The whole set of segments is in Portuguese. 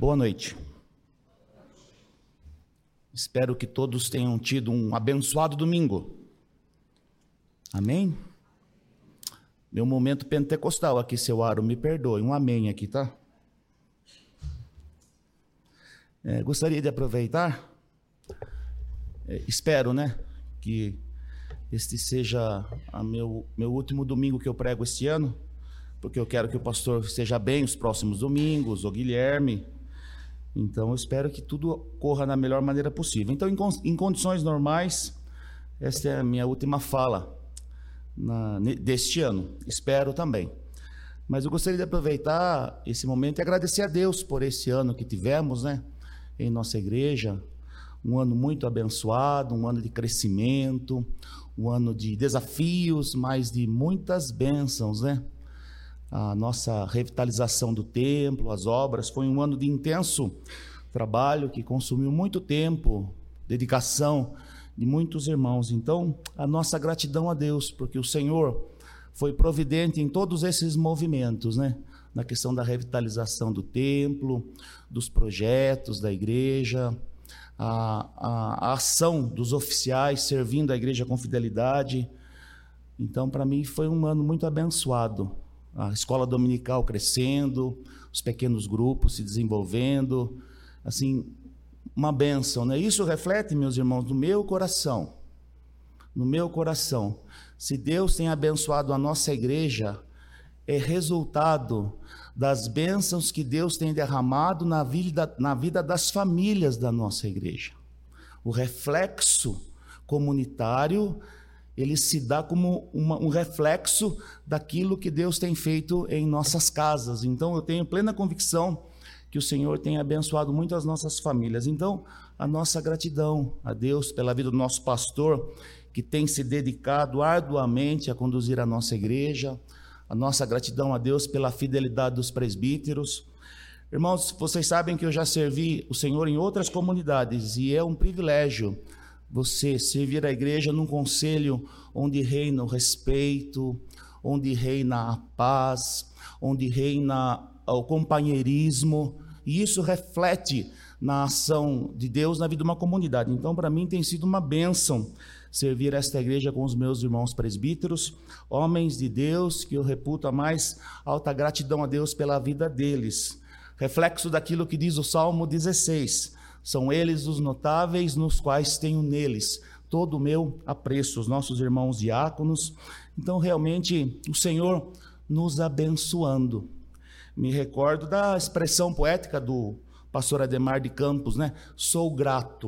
Boa noite. Espero que todos tenham tido um abençoado domingo. Amém? Meu momento pentecostal aqui, seu Aro, me perdoe. Um amém aqui, tá? Gostaria de aproveitar, espero, que este seja meu último domingo que eu prego este ano, porque eu quero que o pastor esteja bem os próximos domingos, o Guilherme. Então, eu espero que tudo corra da melhor maneira possível. Então, em condições normais, esta é a minha última fala deste ano. Espero também. Mas eu gostaria de aproveitar esse momento e agradecer a Deus por esse ano que tivemos, em nossa igreja. Um ano muito abençoado, um ano de crescimento, um ano de desafios, mas de muitas bênçãos, A nossa revitalização do templo, as obras, foi um ano de intenso trabalho que consumiu muito tempo, dedicação de muitos irmãos. Então, a nossa gratidão a Deus, porque o Senhor foi providente em todos esses movimentos, Na questão da revitalização do templo, dos projetos da igreja, a ação dos oficiais servindo a igreja com fidelidade. Então, para mim, foi um ano muito abençoado. A escola dominical crescendo, os pequenos grupos se desenvolvendo, assim, uma bênção, Isso reflete, meus irmãos, no meu coração. Se Deus tem abençoado a nossa igreja, é resultado das bênçãos que Deus tem derramado na vida das famílias da nossa igreja. O reflexo comunitário, ele se dá como um reflexo daquilo que Deus tem feito em nossas casas. Então, eu tenho plena convicção que o Senhor tem abençoado muito as nossas famílias. Então, a nossa gratidão a Deus pela vida do nosso pastor, que tem se dedicado arduamente a conduzir a nossa igreja. A nossa gratidão a Deus pela fidelidade dos presbíteros. Irmãos, vocês sabem que eu já servi o Senhor em outras comunidades, e é um privilégio você servir a igreja num conselho onde reina o respeito, onde reina a paz, onde reina o companheirismo, e isso reflete na ação de Deus na vida de uma comunidade. Então, para mim, tem sido uma bênção servir esta igreja com os meus irmãos presbíteros, homens de Deus, que eu reputo a mais alta gratidão a Deus pela vida deles. Reflexo daquilo que diz o Salmo 16, são eles os notáveis nos quais tenho neles todo o meu apreço, os nossos irmãos diáconos. Então, realmente, o Senhor nos abençoando. Me recordo da expressão poética do pastor Ademar de Campos, sou grato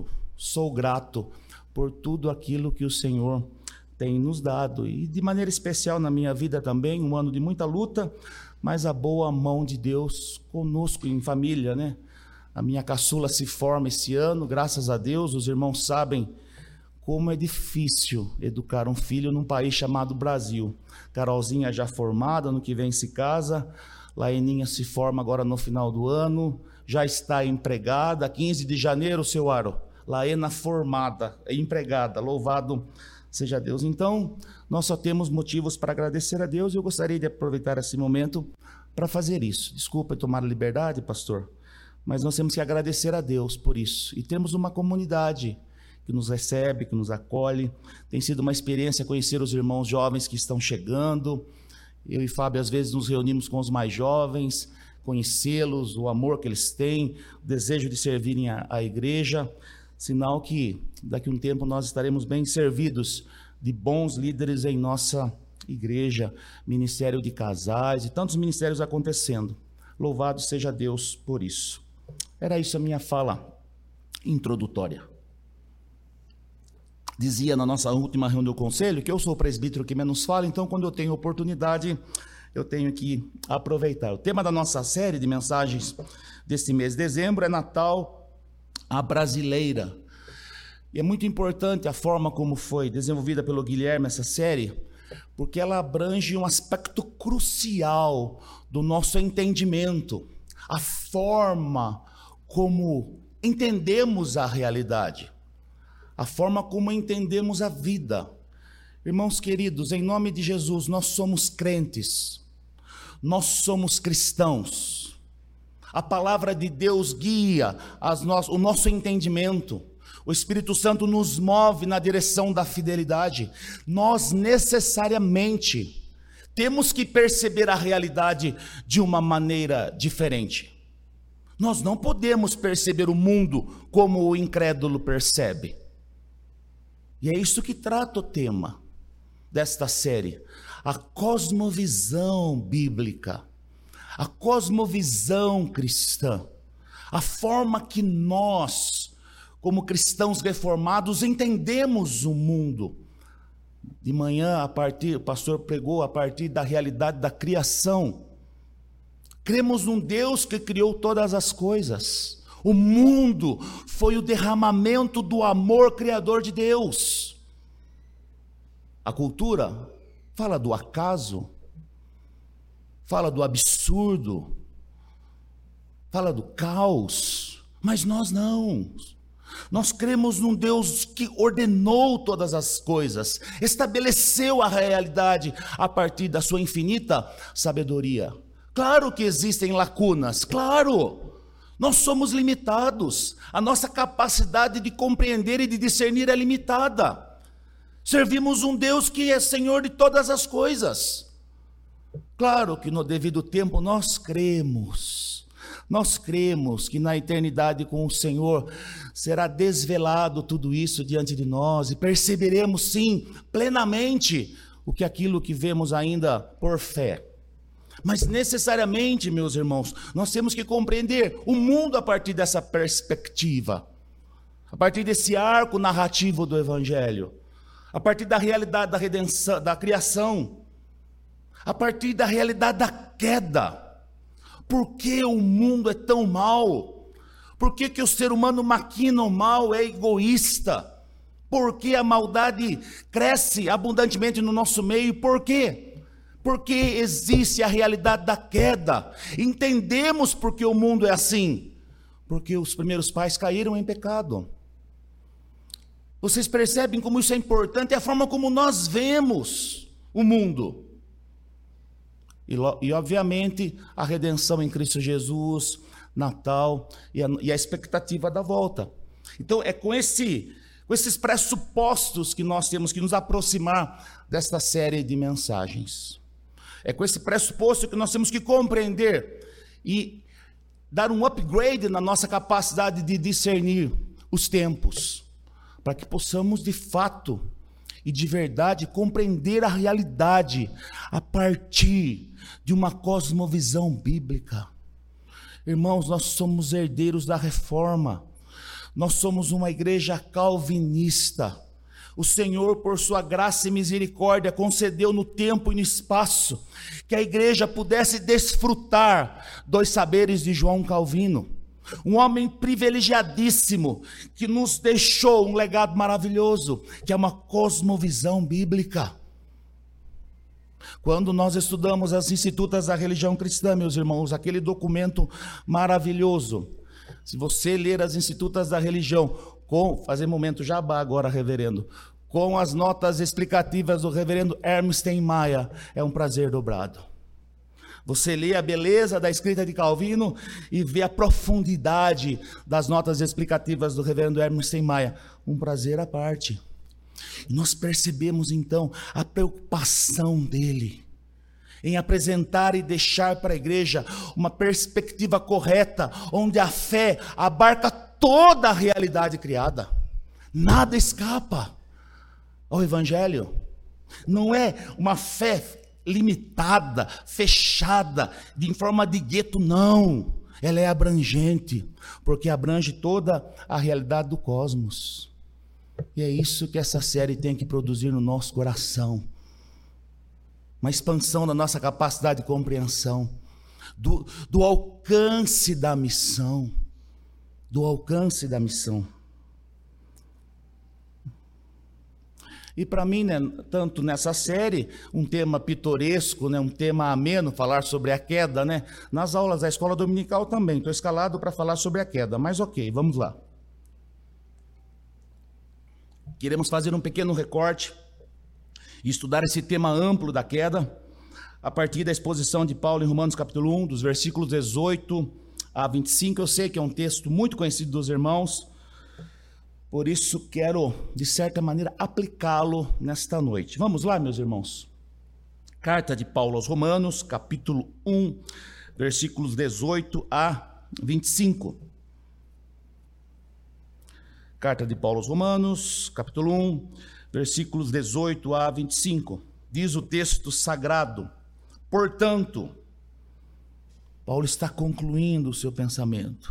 por tudo aquilo que o Senhor tem nos dado. E de maneira especial na minha vida também, um ano de muita luta, mas a boa mão de Deus conosco em família, A minha caçula se forma esse ano, graças a Deus. Os irmãos sabem como é difícil educar um filho num país chamado Brasil. Carolzinha já formada, ano que vem se casa. Laeninha se forma agora no final do ano, já está empregada. 15 de janeiro, seu Aro, Laena formada, empregada, louvado seja Deus. Então, nós só temos motivos para agradecer a Deus, e eu gostaria de aproveitar esse momento para fazer isso. Desculpa tomar a liberdade, pastor, mas nós temos que agradecer a Deus por isso. E temos uma comunidade que nos recebe, que nos acolhe. Tem sido uma experiência conhecer os irmãos jovens que estão chegando. Eu e Fábio, às vezes, nos reunimos com os mais jovens, conhecê-los, o amor que eles têm, o desejo de servirem a igreja. Sinal que daqui a um tempo nós estaremos bem servidos de bons líderes em nossa igreja, ministério de casais e tantos ministérios acontecendo. Louvado seja Deus por isso. Era isso a minha fala introdutória. Dizia na nossa última reunião do conselho que eu sou o presbítero que menos fala, então quando eu tenho oportunidade, eu tenho que aproveitar. O tema da nossa série de mensagens deste mês de dezembro é Natal à Brasileira. E é muito importante a forma como foi desenvolvida pelo Guilherme essa série, porque ela abrange um aspecto crucial do nosso entendimento, a forma como entendemos a realidade, a forma como entendemos a vida. Irmãos queridos, em nome de Jesus, nós somos crentes, nós somos cristãos. A palavra de Deus guia o nosso entendimento. O Espírito Santo nos move na direção da fidelidade. Nós necessariamente temos que perceber a realidade de uma maneira diferente. Nós não podemos perceber o mundo como o incrédulo percebe. E é isso que trata o tema desta série, a cosmovisão bíblica, a cosmovisão cristã, a forma que nós, como cristãos reformados, entendemos o mundo. De manhã, o pastor pregou a partir da realidade da criação. Cremos num Deus que criou todas as coisas. O mundo foi o derramamento do amor criador de Deus. A cultura fala do acaso, fala do absurdo, fala do caos, mas nós não. Nós cremos num Deus que ordenou todas as coisas, estabeleceu a realidade a partir da sua infinita sabedoria. Claro que existem lacunas, claro. Nós somos limitados, a nossa capacidade de compreender e de discernir é limitada. Servimos um Deus que é Senhor de todas as coisas. Claro que no devido tempo nós cremos que na eternidade com o Senhor será desvelado tudo isso diante de nós e perceberemos sim, plenamente, aquilo que vemos ainda por fé. Mas necessariamente, meus irmãos, nós temos que compreender o mundo a partir dessa perspectiva, a partir desse arco narrativo do Evangelho, a partir da realidade da redenção, da criação, a partir da realidade da queda. Por que o mundo é tão mau? Por que o ser humano maquina o mal, é egoísta? Por que a maldade cresce abundantemente no nosso meio? Por quê? Porque existe a realidade da queda. Entendemos por que o mundo é assim. Porque os primeiros pais caíram em pecado. Vocês percebem como isso é importante? É a forma como nós vemos o mundo. E obviamente, a redenção em Cristo Jesus, Natal e a expectativa da volta. Então, é com esses pressupostos que nós temos que nos aproximar desta série de mensagens. É com esse pressuposto que nós temos que compreender e dar um upgrade na nossa capacidade de discernir os tempos, para que possamos de fato e de verdade compreender a realidade a partir de uma cosmovisão bíblica. Irmãos, nós somos herdeiros da reforma, nós somos uma igreja calvinista. O Senhor, por sua graça e misericórdia, concedeu no tempo e no espaço que a igreja pudesse desfrutar dos saberes de João Calvino, um homem privilegiadíssimo que nos deixou um legado maravilhoso, que é uma cosmovisão bíblica. Quando nós estudamos as Institutas da Religião Cristã, meus irmãos, aquele documento maravilhoso, se você ler as Institutas da Religião, fazer momento jabá agora, reverendo, com as notas explicativas do reverendo Hermes Steinmeier, é um prazer dobrado. Você lê a beleza da escrita de Calvino e vê a profundidade das notas explicativas do reverendo Hermes Steinmeier, um prazer à parte. E nós percebemos então a preocupação dele em apresentar e deixar para a igreja uma perspectiva correta, onde a fé abarca toda a realidade criada. Nada escapa ao Evangelho. Não é uma fé limitada, fechada, em forma de gueto, não. Ela é abrangente, porque abrange toda a realidade do cosmos. E é isso que essa série tem que produzir no nosso coração. Uma expansão da nossa capacidade de compreensão, do alcance da missão. Do alcance da missão. E para mim, né, tanto nessa série, um tema pitoresco, né, um tema ameno, falar sobre a queda, né? Nas aulas da escola dominical também, estou escalado para falar sobre a queda, mas ok, vamos lá. Queremos fazer um pequeno recorte e estudar esse tema amplo da queda, a partir da exposição de Paulo em Romanos capítulo 1, dos versículos 18 a 25. Eu sei que é um texto muito conhecido dos irmãos, por isso quero, de certa maneira, aplicá-lo nesta noite. Vamos lá, meus irmãos. Carta de Paulo aos Romanos, capítulo 1, versículos 18 a 25. Carta de Paulo aos Romanos, capítulo 1, versículos 18 a 25. Diz o texto sagrado: portanto, Paulo está concluindo o seu pensamento.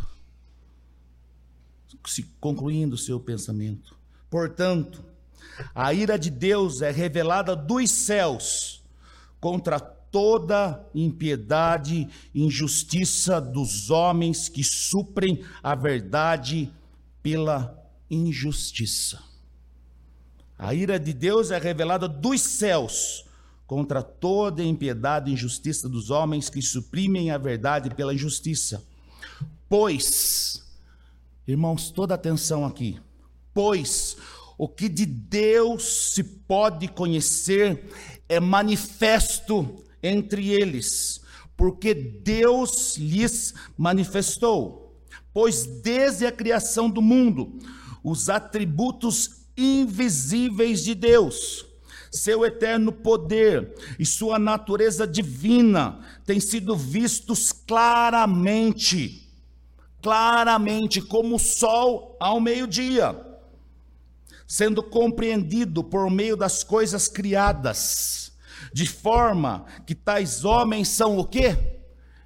Portanto, a ira de Deus é revelada dos céus contra toda impiedade e injustiça dos homens que suprem a verdade pela injustiça. A ira de Deus é revelada dos céus contra toda impiedade e injustiça dos homens que suprimem a verdade pela injustiça. Pois, irmãos, toda atenção aqui. Pois o que de Deus se pode conhecer é manifesto entre eles, porque Deus lhes manifestou. Pois desde a criação do mundo, os atributos invisíveis de Deus, seu eterno poder e sua natureza divina têm sido vistos claramente, como o sol ao meio-dia, sendo compreendido por meio das coisas criadas, de forma que tais homens são o quê?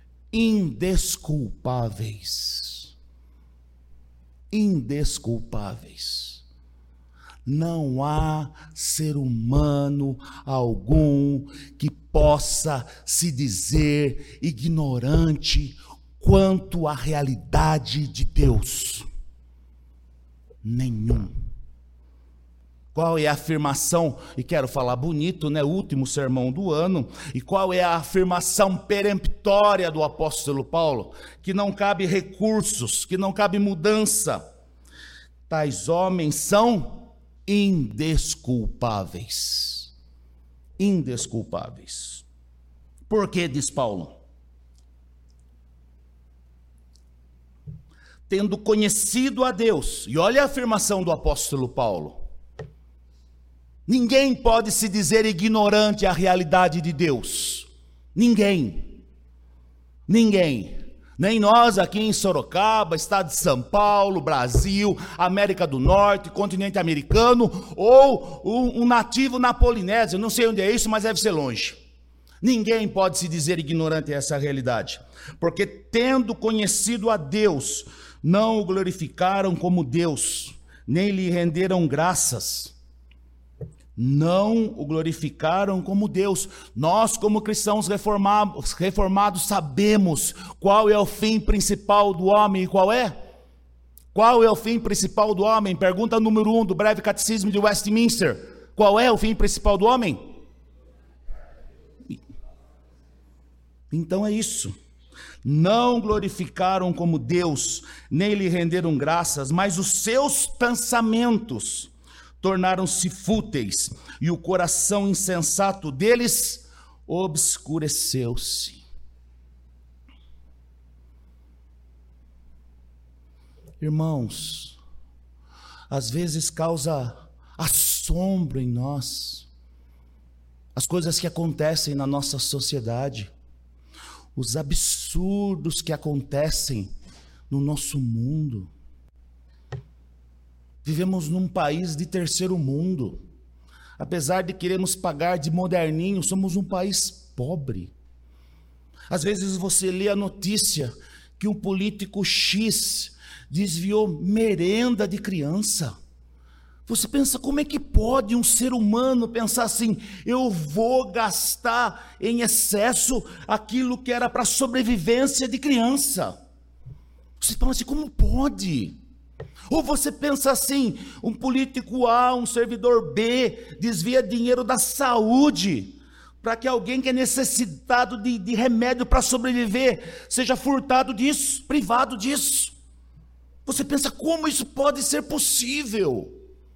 Indesculpáveis. Não há ser humano algum que possa se dizer ignorante quanto à realidade de Deus. Nenhum. Qual é a afirmação, e quero falar bonito, né? Último sermão do ano, e qual é a afirmação peremptória do apóstolo Paulo? Que não cabe recursos, que não cabe mudança. Tais homens são indesculpáveis. Por que, diz Paulo? Tendo conhecido a Deus, e olha a afirmação do apóstolo Paulo: ninguém pode se dizer ignorante à realidade de Deus. Ninguém. Nem nós aqui em Sorocaba, estado de São Paulo, Brasil, América do Norte, continente americano, ou um nativo na Polinésia, não sei onde é isso, mas deve ser longe. Ninguém pode se dizer ignorante a essa realidade, porque tendo conhecido a Deus, não o glorificaram como Deus, nem lhe renderam graças. Não o glorificaram como Deus. Nós, como cristãos reformados, sabemos qual é o fim principal do homem. E qual é? Qual é o fim principal do homem? Pergunta número 1 do breve catecismo de Westminster. Qual é o fim principal do homem? Então é isso. Não glorificaram como Deus, nem lhe renderam graças, mas os seus pensamentos tornaram-se fúteis, e o coração insensato deles obscureceu-se. Irmãos, às vezes causa assombro em nós as coisas que acontecem na nossa sociedade, os absurdos que acontecem no nosso mundo. Vivemos num país de terceiro mundo. Apesar de queremos pagar de moderninho, somos um país pobre. Às vezes você lê a notícia que um político X desviou merenda de criança. Você pensa, como é que pode um ser humano pensar assim: eu vou gastar em excesso aquilo que era para sobrevivência de criança? Você pensa assim, como pode? Ou você pensa assim, um político A, um servidor B, desvia dinheiro da saúde, para que alguém que é necessitado de remédio para sobreviver, seja furtado disso, privado disso. Você pensa, como isso pode ser possível?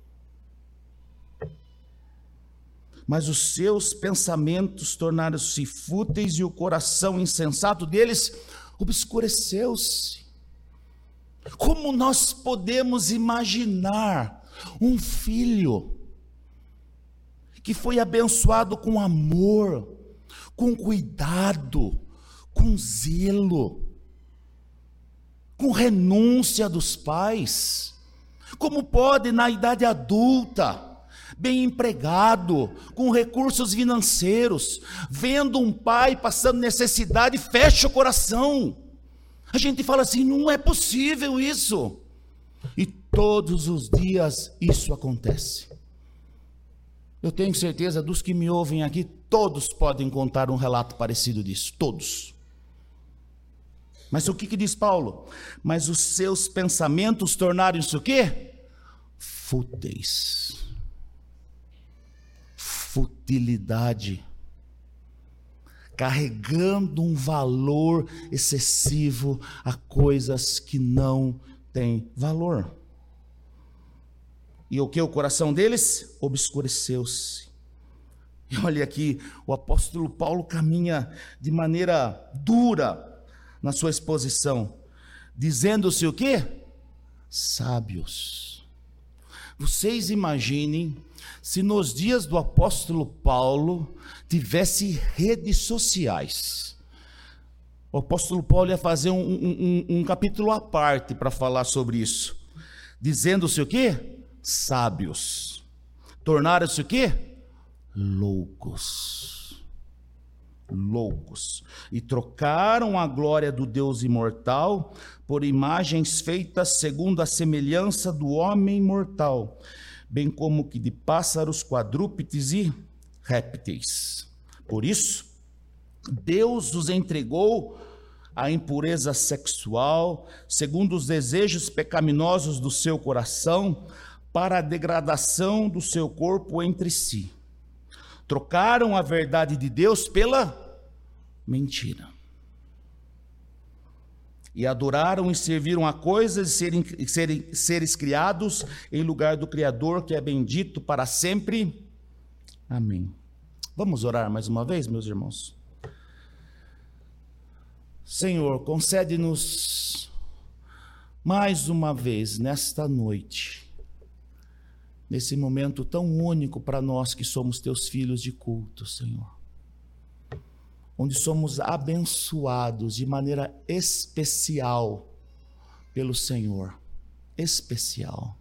Mas os seus pensamentos tornaram-se fúteis e o coração insensato deles obscureceu-se. Como nós podemos imaginar um filho que foi abençoado com amor, com cuidado, com zelo, com renúncia dos pais? Como pode, na idade adulta, bem empregado, com recursos financeiros, vendo um pai passando necessidade, fecha o coração? A gente fala assim, não é possível isso. E todos os dias isso acontece. Eu tenho certeza, dos que me ouvem aqui, todos podem contar um relato parecido disso, todos. Mas o que diz Paulo? Mas os seus pensamentos tornaram-se o quê? Fúteis. Futilidade. Carregando um valor excessivo a coisas que não têm valor. E o que? O coração deles obscureceu-se. E olha aqui, o apóstolo Paulo caminha de maneira dura na sua exposição, dizendo-se o quê? Sábios. Vocês imaginem se nos dias do apóstolo Paulo tivesse redes sociais. O apóstolo Paulo ia fazer um capítulo à parte para falar sobre isso, dizendo-se o quê? Sábios. Tornaram-se o quê? Loucos. E trocaram a glória do Deus imortal por imagens feitas segundo a semelhança do homem mortal, bem como que de pássaros, quadrúpedes e répteis. Por isso, Deus os entregou à impureza sexual, segundo os desejos pecaminosos do seu coração, para a degradação do seu corpo entre si. Trocaram a verdade de Deus pela mentira. E adoraram e serviram a coisas de seres criados em lugar do Criador, que é bendito para sempre. Amém. Vamos orar mais uma vez, meus irmãos? Senhor, concede-nos mais uma vez nesta noite, nesse momento tão único para nós que somos teus filhos de culto, Senhor, onde somos abençoados de maneira especial pelo Senhor, especial.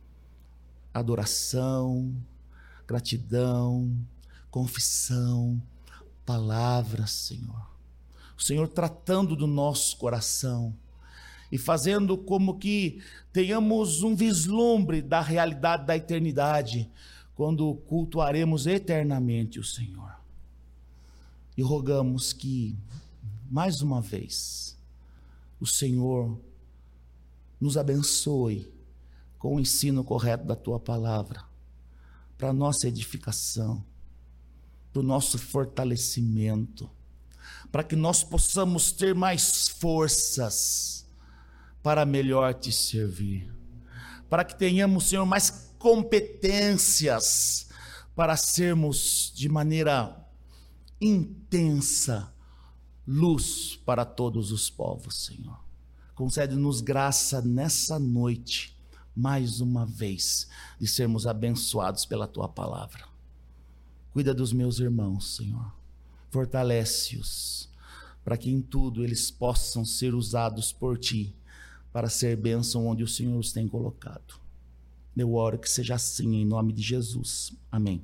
Adoração, gratidão, confissão, palavras, Senhor. O Senhor tratando do nosso coração e fazendo como que tenhamos um vislumbre da realidade da eternidade, quando cultuaremos eternamente o Senhor. E rogamos que, mais uma vez, o Senhor nos abençoe com o ensino correto da Tua Palavra, para a nossa edificação, para o nosso fortalecimento, para que nós possamos ter mais forças para melhor Te servir, para que tenhamos, Senhor, mais competências para sermos de maneira intensa luz para todos os povos, Senhor. Concede-nos graça nessa noite, mais uma vez, de sermos abençoados pela Tua Palavra. Cuida dos meus irmãos, Senhor. Fortalece-os, para que em tudo eles possam ser usados por Ti, para ser bênção onde o Senhor os tem colocado. Eu oro que seja assim, em nome de Jesus. Amém.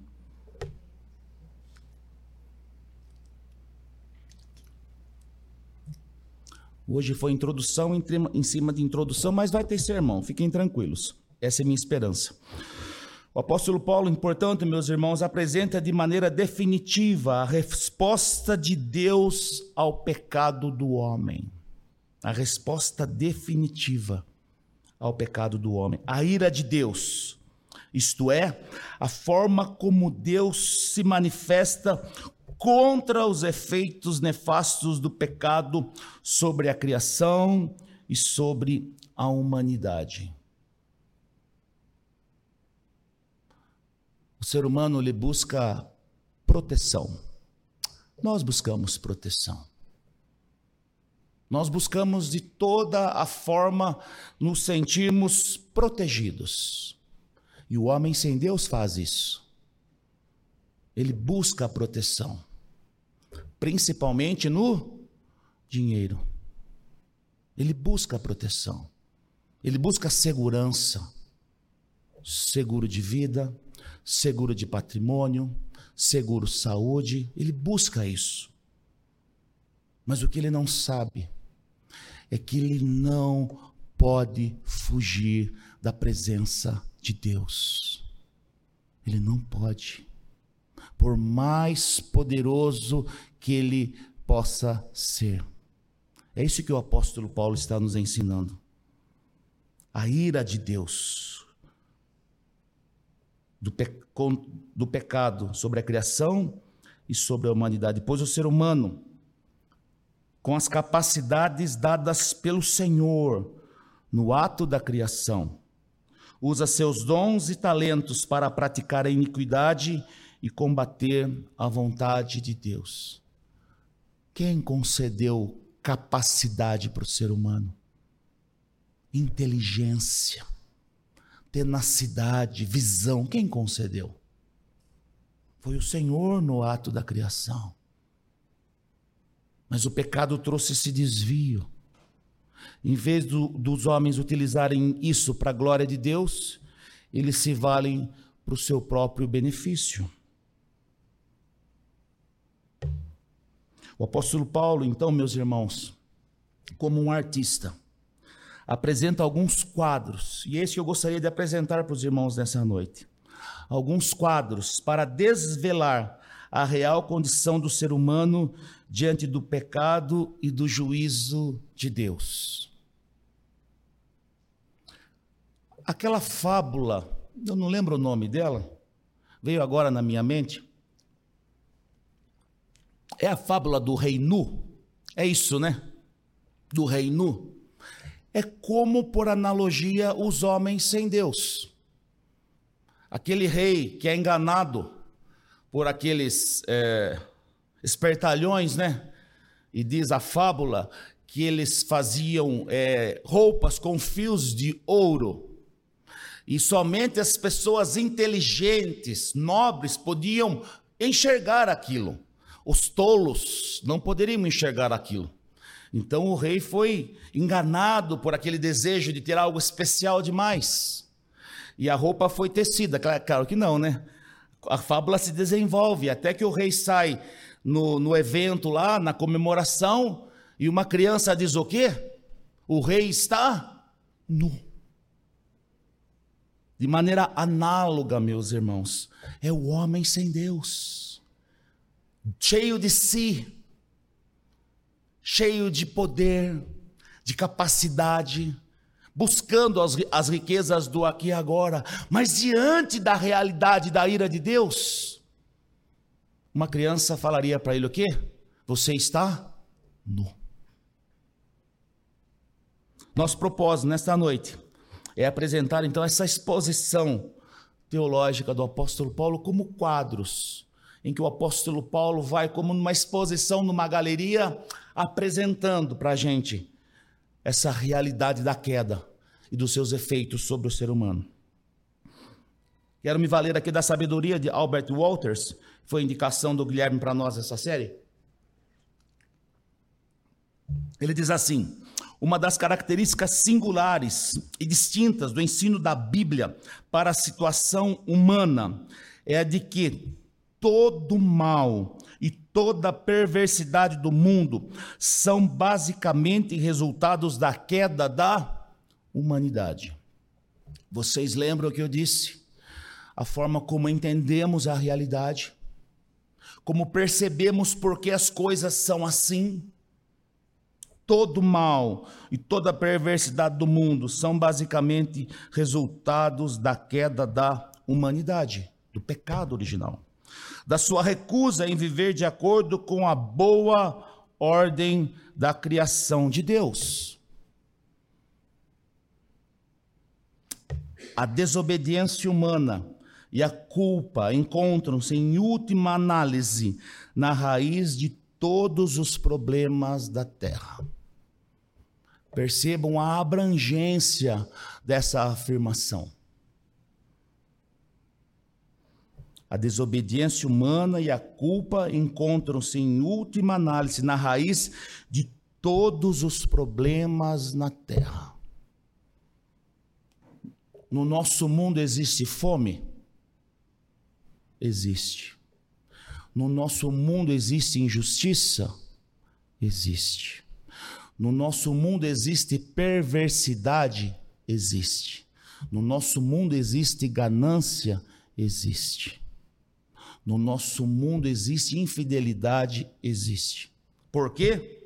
Hoje foi introdução em cima de introdução, mas vai ter sermão, fiquem tranquilos. Essa é a minha esperança. O apóstolo Paulo, portanto, meus irmãos, apresenta de maneira definitiva a resposta de Deus ao pecado do homem. A resposta definitiva ao pecado do homem. A ira de Deus, isto é, a forma como Deus se manifesta contra os efeitos nefastos do pecado sobre a criação e sobre a humanidade. O ser humano, ele busca proteção. Nós buscamos proteção. Nós buscamos de toda a forma nos sentirmos protegidos. E o homem sem Deus faz isso. Ele busca a proteção, principalmente no dinheiro. Ele busca a proteção. Ele busca segurança. Seguro de vida, seguro de patrimônio, seguro saúde. Ele busca isso. Mas o que ele não sabe é que ele não pode fugir da presença de Deus. Ele não pode. Por mais poderoso que ele possa ser. É isso que o apóstolo Paulo está nos ensinando. A ira de Deus, do pecado sobre a criação e sobre a humanidade. Pois o ser humano, com as capacidades dadas pelo Senhor no ato da criação, usa seus dons e talentos para praticar a iniquidade e combater a vontade de Deus. Quem concedeu capacidade para o ser humano? Inteligência, tenacidade, visão. Quem concedeu? Foi o Senhor no ato da criação. Mas o pecado trouxe esse desvio. Em vez dos homens utilizarem isso para a glória de Deus, eles se valem para o seu próprio benefício. O apóstolo Paulo, então, meus irmãos, como um artista, apresenta alguns quadros, e esse eu gostaria de apresentar para os irmãos nessa noite. Alguns quadros para desvelar a real condição do ser humano diante do pecado e do juízo de Deus. Aquela fábula, eu não lembro o nome dela, veio agora na minha mente. É a fábula do rei nu. É isso, né? Do rei nu. É como, por analogia, os homens sem Deus. Aquele rei que é enganado por aqueles espertalhões, né? E diz a fábula que eles faziam roupas com fios de ouro. E somente as pessoas inteligentes, nobres, podiam enxergar aquilo. Os tolos não poderiam enxergar aquilo. Então o rei foi enganado por aquele desejo de ter algo especial demais. E a roupa foi tecida. Claro que não, né? A fábula se desenvolve até que o rei sai no evento lá, na comemoração, e uma criança diz o quê? O rei está nu. De maneira análoga, meus irmãos, é o homem sem Deus, cheio de si, cheio de poder, de capacidade, buscando as riquezas do aqui e agora, mas diante da realidade da ira de Deus, uma criança falaria para ele o quê? Você está nu. Nosso propósito nesta noite é apresentar então essa exposição teológica do apóstolo Paulo como quadros, em que o apóstolo Paulo vai como numa exposição, numa galeria, apresentando para a gente essa realidade da queda e dos seus efeitos sobre o ser humano. Quero me valer aqui da sabedoria de Albert Walters, foi indicação do Guilherme para nós essa série. Ele diz assim: uma das características singulares e distintas do ensino da Bíblia para a situação humana é a de que todo mal e toda perversidade do mundo são basicamente resultados da queda da humanidade. Vocês lembram o que eu disse? A forma como entendemos a realidade, como percebemos por que as coisas são assim. Todo mal e toda perversidade do mundo são basicamente resultados da queda da humanidade, do pecado original, da sua recusa em viver de acordo com a boa ordem da criação de Deus. A desobediência humana e a culpa encontram-se, em última análise, na raiz de todos os problemas da terra. Percebam a abrangência dessa afirmação. A desobediência humana e a culpa encontram-se, em última análise, na raiz de todos os problemas na Terra. No nosso mundo existe fome? Existe. No nosso mundo existe injustiça? Existe. No nosso mundo existe perversidade? Existe. No nosso mundo existe ganância? Existe. No nosso mundo existe infidelidade? Existe. Por quê?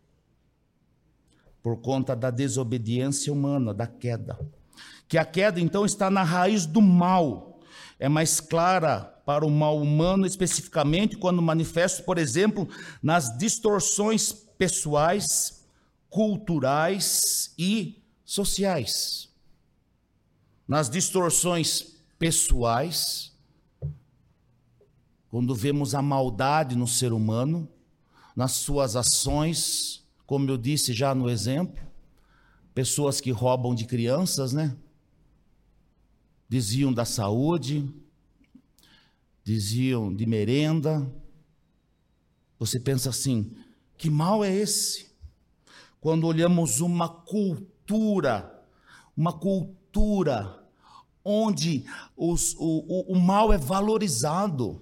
Por conta da desobediência humana, da queda. Que a queda, então, está na raiz do mal. É mais clara para o mal humano, especificamente, quando manifesto, por exemplo, nas distorções pessoais, culturais e sociais. Nas distorções pessoais, quando vemos a maldade no ser humano, nas suas ações, como eu disse já no exemplo, pessoas que roubam de crianças, né? Desviam da saúde, desviam de merenda. Você pensa assim, que mal é esse? Quando olhamos uma cultura onde o mal é valorizado.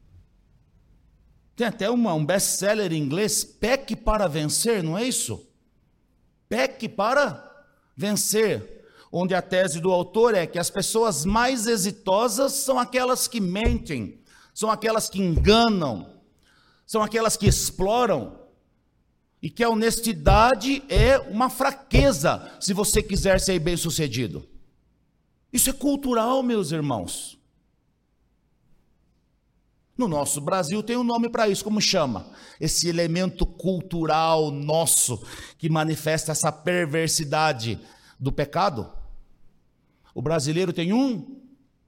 Tem até um best-seller em inglês, Peque para Vencer, não é isso? Peque para Vencer, onde a tese do autor é que as pessoas mais exitosas são aquelas que mentem, são aquelas que enganam, são aquelas que exploram, e que a honestidade é uma fraqueza, se você quiser ser bem-sucedido. Isso é cultural, meus irmãos. No nosso Brasil tem um nome para isso, como chama? Esse elemento cultural nosso que manifesta essa perversidade do pecado. O brasileiro tem um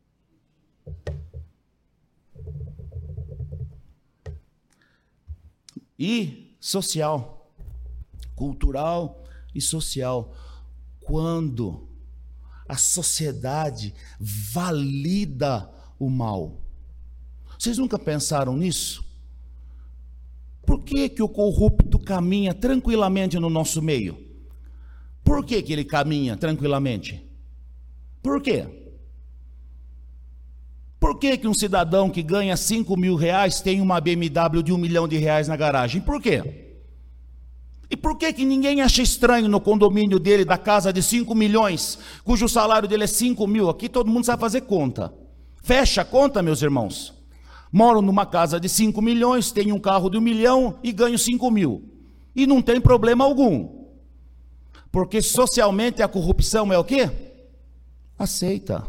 e social, cultural e social. Quando a sociedade valida o mal. Vocês nunca pensaram nisso? Por que o corrupto caminha tranquilamente no nosso meio? Por que ele caminha tranquilamente? Por quê? Por que um cidadão que ganha 5 mil reais tem uma BMW de 1 milhão de reais na garagem? Por quê? E por que ninguém acha estranho no condomínio dele, da casa de 5 milhões, cujo salário dele é 5 mil? Aqui todo mundo sabe fazer conta. Fecha a conta, meus irmãos. Moro numa casa de 5 milhões, tenho um carro de 1 milhão e ganho 5 mil. E não tem problema algum. Porque socialmente a corrupção é o quê? Aceita.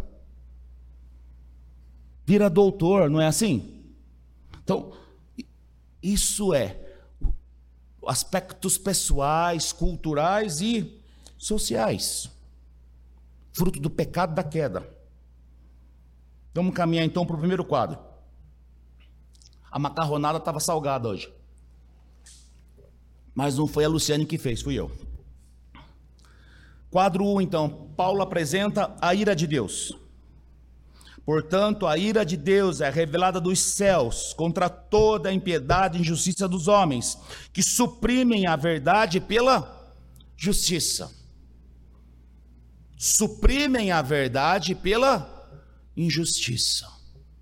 Vira doutor, não é assim? Então, isso é aspectos pessoais, culturais e sociais. Fruto do pecado da queda. Vamos caminhar então para o primeiro quadro. A macarronada estava salgada hoje. Mas não foi a Luciane que fez, fui eu. Quadro 1, então. Paulo apresenta a ira de Deus. Portanto, a ira de Deus é revelada dos céus contra toda a impiedade e injustiça dos homens, que suprimem a verdade pela justiça. Suprimem a verdade pela injustiça.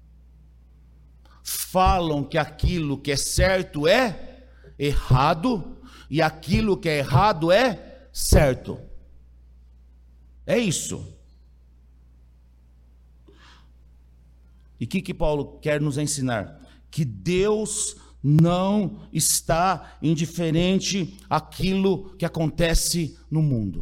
Falam que aquilo que é certo é errado e aquilo que é errado é certo. É isso. E o que Paulo quer nos ensinar? Que Deus não está indiferente àquilo que acontece no mundo.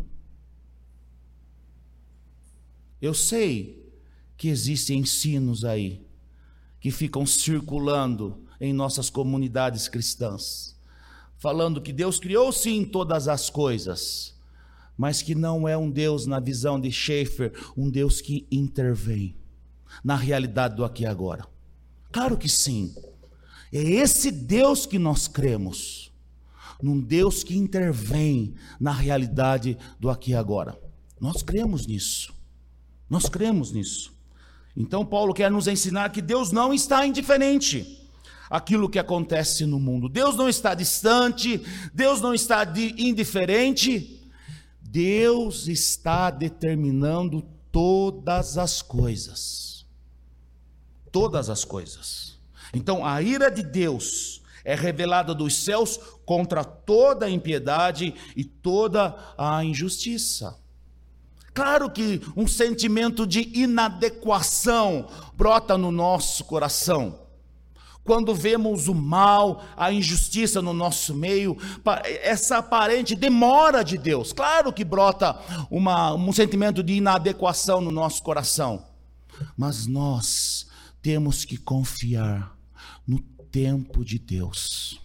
Eu sei que existem ensinos aí que ficam circulando em nossas comunidades cristãs, falando que Deus criou sim todas as coisas, mas que não é um Deus, na visão de Schaeffer, um Deus que intervém na realidade do aqui e agora. Claro que sim, é esse Deus que nós cremos. num Deus que intervém na realidade do aqui e agora. Nós cremos nisso. Nós cremos nisso. Então Paulo quer nos ensinar que Deus não está indiferente àquilo que acontece no mundo. Deus não está distante, Deus não está indiferente. Deus está determinando todas as coisas. Todas as coisas. Então a ira de Deus é revelada dos céus contra toda a impiedade e toda a injustiça. Claro que um sentimento de inadequação brota no nosso coração. Quando vemos o mal, a injustiça no nosso meio, essa aparente demora de Deus. Claro que brota um sentimento de inadequação no nosso coração. Mas nós temos que confiar no tempo de Deus.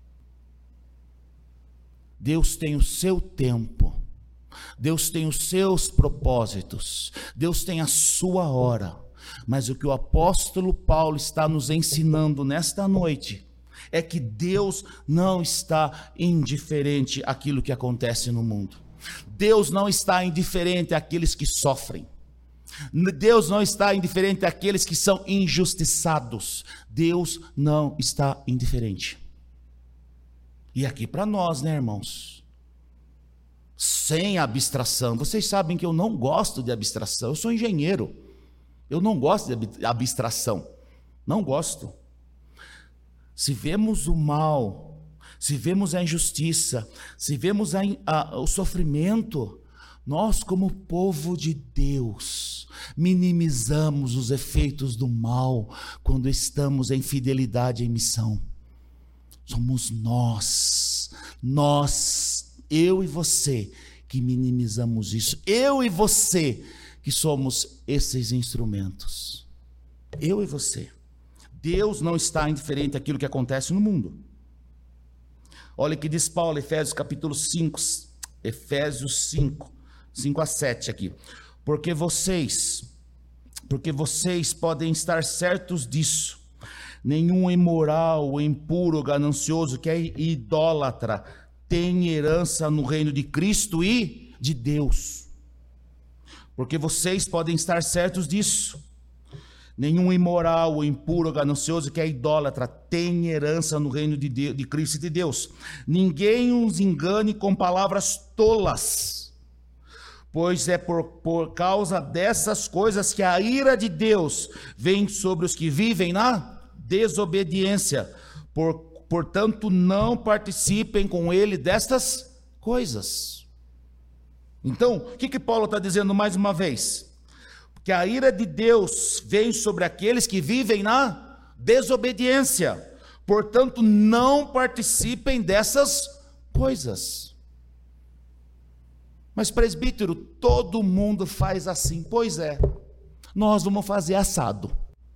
Deus tem o seu tempo. Deus tem os seus propósitos, Deus tem a sua hora, mas o que o apóstolo Paulo está nos ensinando nesta noite é que Deus não está indiferente àquilo que acontece no mundo. Deus não está indiferente àqueles que sofrem. Deus não está indiferente àqueles que são injustiçados. Deus não está indiferente. E aqui para nós, né, irmãos? Sem abstração. Vocês sabem que eu não gosto de abstração. Eu sou engenheiro. Eu não gosto de abstração. Não gosto. Se vemos o mal, se vemos a injustiça, se vemos o sofrimento, nós, como povo de Deus, minimizamos os efeitos do mal quando estamos em fidelidade em missão. Somos nós, eu e você, que minimizamos isso. Eu e você, que somos esses instrumentos. Eu e você. Deus não está indiferente àquilo que acontece no mundo. Olha o que diz Paulo, Efésios capítulo 5, Efésios 5, 5 a 7 aqui. Porque vocês podem estar certos disso. Nenhum imoral, impuro, ganancioso, que é idólatra, tem herança no reino de Cristo e de Deus. Porque vocês podem estar certos disso. Nenhum imoral, impuro, ganancioso, que é idólatra, tem herança no reino de Cristo e de Deus. Ninguém os engane com palavras tolas, pois é por causa dessas coisas que a ira de Deus vem sobre os que vivem na desobediência. Portanto, não participem com ele destas coisas. Então, o que Paulo está dizendo mais uma vez? Que a ira de Deus vem sobre aqueles que vivem na desobediência. Portanto, não participem dessas coisas. Mas, presbítero, todo mundo faz assim. Pois é, nós vamos fazer assado.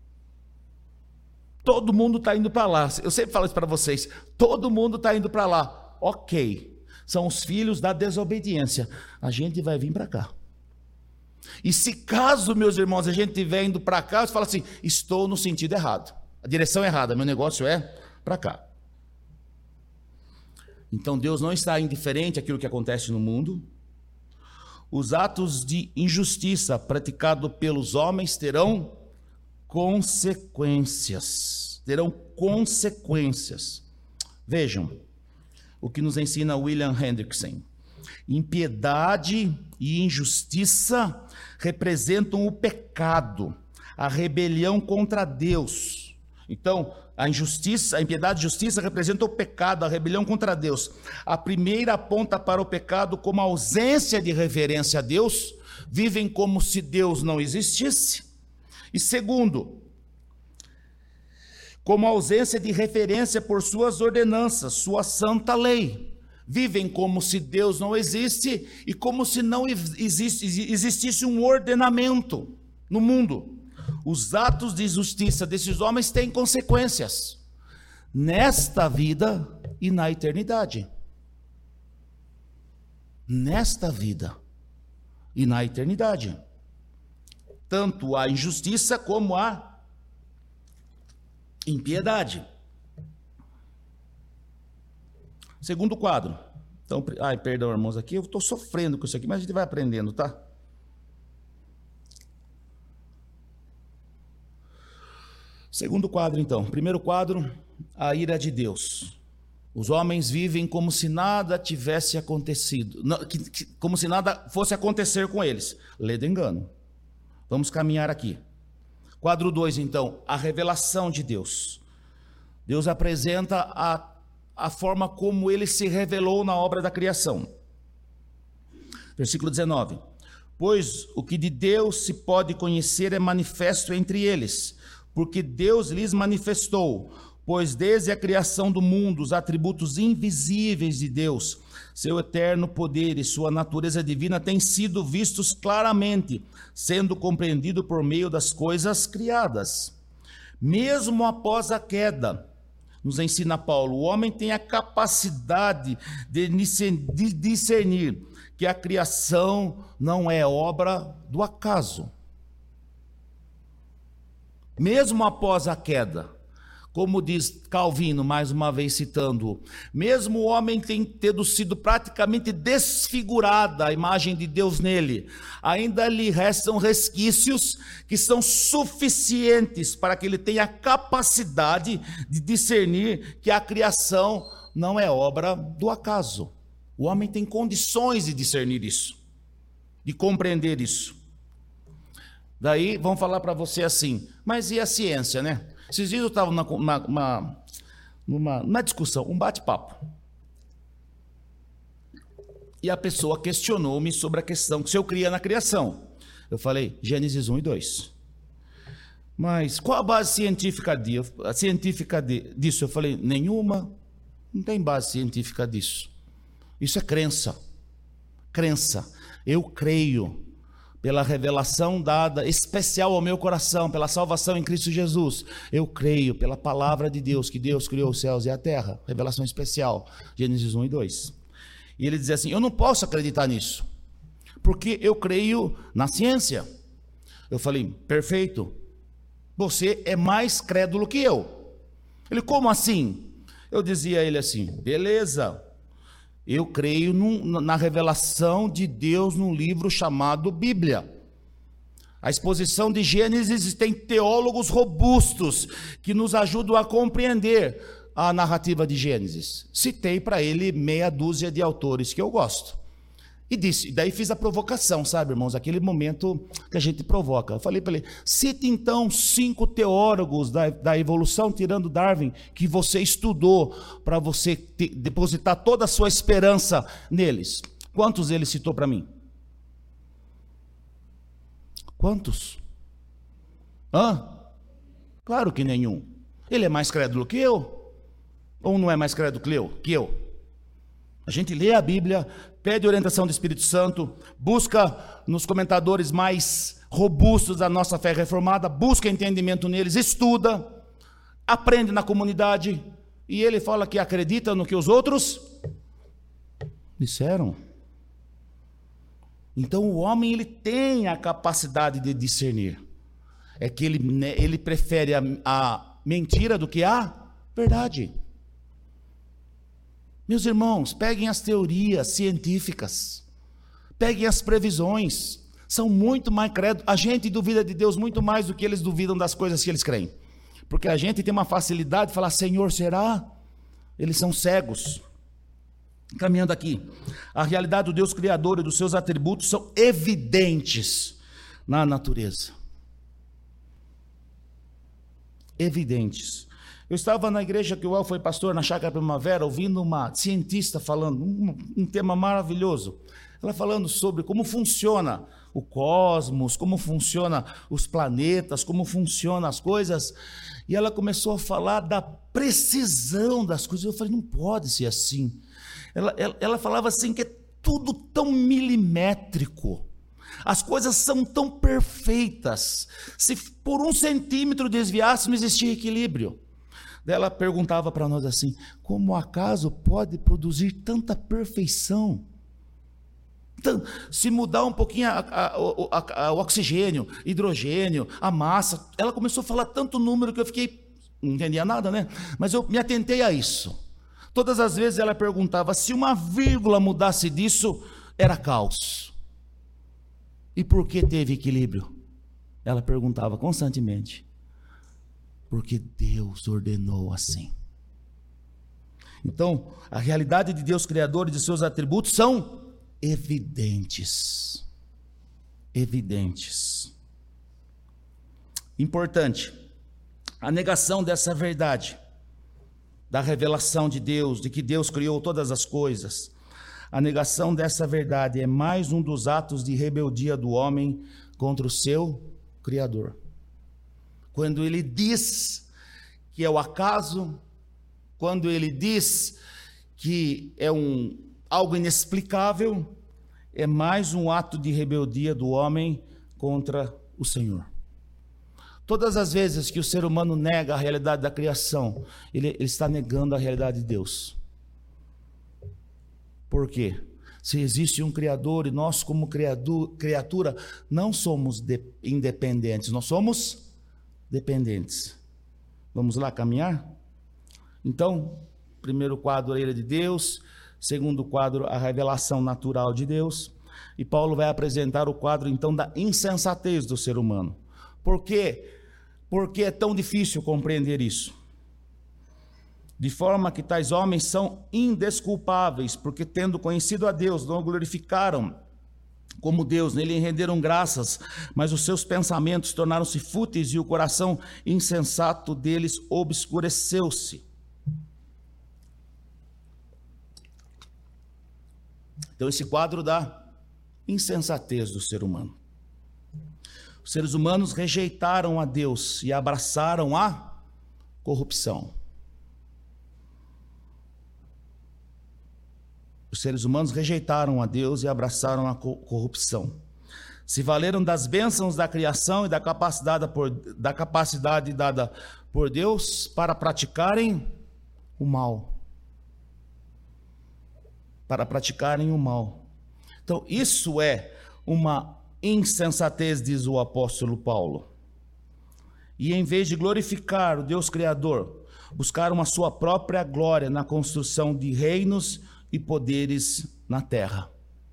Todo mundo está indo para lá. Eu sempre falo isso para vocês. Todo mundo está indo para lá. Ok, são os filhos da desobediência. A gente vai vir para cá. E se caso, meus irmãos, a gente estiver indo para cá, você fala assim, estou no sentido errado. A direção é errada, meu negócio é para cá. Então Deus não está indiferente àquilo que acontece no mundo. Os atos de injustiça praticados pelos homens terão consequências. Terão consequências. Vejam o que nos ensina William Hendrickson. Impiedade e injustiça representam o pecado, a rebelião contra Deus. Então, a injustiça, a impiedade e a justiça representam o pecado, a rebelião contra Deus. A primeira aponta para o pecado como a ausência de reverência a Deus, vivem como se Deus não existisse. E segundo, como a ausência de referência por suas ordenanças, sua santa lei. Vivem como se Deus não existe e como se não existisse um ordenamento no mundo. Os atos de justiça desses homens têm consequências nesta vida e na eternidade. Nesta vida e na eternidade. Tanto a injustiça como a impiedade. Segundo quadro. Então, perdão, irmãos, aqui eu estou sofrendo com isso aqui, mas a gente vai aprendendo, tá? Segundo quadro, então. Primeiro quadro, a ira de Deus. Os homens vivem como se nada tivesse acontecido, como se nada fosse acontecer com eles. Lê do engano. Vamos caminhar aqui. Quadro 2, então, a revelação de Deus. Deus apresenta a forma como ele se revelou na obra da criação. Versículo 19. Pois o que de Deus se pode conhecer é manifesto entre eles, porque Deus lhes manifestou. Pois desde a criação do mundo, os atributos invisíveis de Deus, seu eterno poder e sua natureza divina têm sido vistos claramente, sendo compreendido por meio das coisas criadas. Mesmo após a queda, nos ensina Paulo, o homem tem a capacidade de discernir que a criação não é obra do acaso. Mesmo após a queda, como diz Calvino, mais uma vez citando, mesmo o homem tendo sido praticamente desfigurada a imagem de Deus nele, ainda lhe restam resquícios que são suficientes para que ele tenha a capacidade de discernir que a criação não é obra do acaso. O homem tem condições de discernir isso, de compreender isso. Daí vão falar para você assim, mas e a ciência, né? Esses dias eu estava numa discussão, um bate-papo. E a pessoa questionou-me sobre a questão que se eu cria na criação. Eu falei, Gênesis 1 e 2. Mas qual a base científica disso? Eu falei, nenhuma. Não tem base científica disso. Isso é crença. Crença. Eu creio. Pela revelação dada especial ao meu coração, pela salvação em Cristo Jesus. Eu creio pela palavra de Deus, que Deus criou os céus e a terra. Revelação especial, Gênesis 1 e 2. E ele dizia assim, eu não posso acreditar nisso, porque eu creio na ciência. Eu falei, perfeito, você é mais crédulo que eu. Ele, como assim? Eu dizia a ele assim, beleza. Eu creio na revelação de Deus num livro chamado Bíblia. A exposição de Gênesis tem teólogos robustos que nos ajudam a compreender a narrativa de Gênesis. Citei para ele meia dúzia de autores que eu gosto. E daí fiz a provocação, sabe, irmãos? Aquele momento que a gente provoca. Eu falei para ele, cite então 5 teólogos da evolução, tirando Darwin, que você estudou, para você depositar toda a sua esperança neles. Quantos ele citou para mim? Quantos? Claro que nenhum. Ele é mais crédulo que eu? Ou não é mais crédulo que eu? A gente lê a Bíblia, pede orientação do Espírito Santo, busca nos comentadores mais robustos da nossa fé reformada, busca entendimento neles, estuda, aprende na comunidade, e ele fala que acredita no que os outros disseram. Então o homem ele tem a capacidade de discernir. É que ele prefere a mentira do que a verdade. Meus irmãos, peguem as teorias científicas, peguem as previsões, são muito mais crédulos. A gente duvida de Deus muito mais do que eles duvidam das coisas que eles creem, porque a gente tem uma facilidade de falar, Senhor, será? Eles são cegos. Caminhando aqui, a realidade do Deus Criador e dos seus atributos são evidentes na natureza. Evidentes. Eu estava na igreja que o El foi pastor, na Chácara Primavera, ouvindo uma cientista falando, um tema maravilhoso. Ela falando sobre como funciona o cosmos, como funciona os planetas, como funcionam as coisas. E ela começou a falar da precisão das coisas. Eu falei, não pode ser assim. Ela falava assim que é tudo tão milimétrico. As coisas são tão perfeitas. Se por 1 centímetro desviasse, não existia equilíbrio. Ela perguntava para nós assim, como o acaso pode produzir tanta perfeição? Se mudar um pouquinho o oxigênio, hidrogênio, a massa, ela começou a falar tanto número que eu fiquei, não entendia nada, né? Mas eu me atentei a isso. Todas as vezes ela perguntava: se uma vírgula mudasse disso, era caos. E por que teve equilíbrio? Ela perguntava constantemente. Porque Deus ordenou assim. Então, a realidade de Deus Criador e de seus atributos são evidentes. Evidentes. Importante, a negação dessa verdade, da revelação de Deus, de que Deus criou todas as coisas. A negação dessa verdade é mais um dos atos de rebeldia do homem contra o seu Criador. Quando ele diz que é o acaso, quando ele diz que é algo inexplicável, é mais um ato de rebeldia do homem contra o Senhor. Todas as vezes que o ser humano nega a realidade da criação, ele está negando a realidade de Deus. Por quê? Se existe um Criador e nós, como criatura, não somos independentes, nós somos dependentes. Vamos lá caminhar? Então, primeiro quadro, a ira de Deus. Segundo quadro, a revelação natural de Deus. E Paulo vai apresentar o quadro, então, da insensatez do ser humano. Por quê? Porque é tão difícil compreender isso. De forma que tais homens são indesculpáveis, porque tendo conhecido a Deus, não o glorificaram como Deus, nele renderam graças, mas os seus pensamentos tornaram-se fúteis e o coração insensato deles obscureceu-se. Então, esse quadro da insensatez do ser humano. Os seres humanos rejeitaram a Deus e abraçaram a corrupção. Os seres humanos rejeitaram a Deus e abraçaram a corrupção. Se valeram das bênçãos da criação e da capacidade dada por Deus para praticarem o mal. Para praticarem o mal. Então, isso é uma insensatez, diz o apóstolo Paulo. E em vez de glorificar o Deus Criador, buscaram a sua própria glória na construção de reinos e poderes na terra.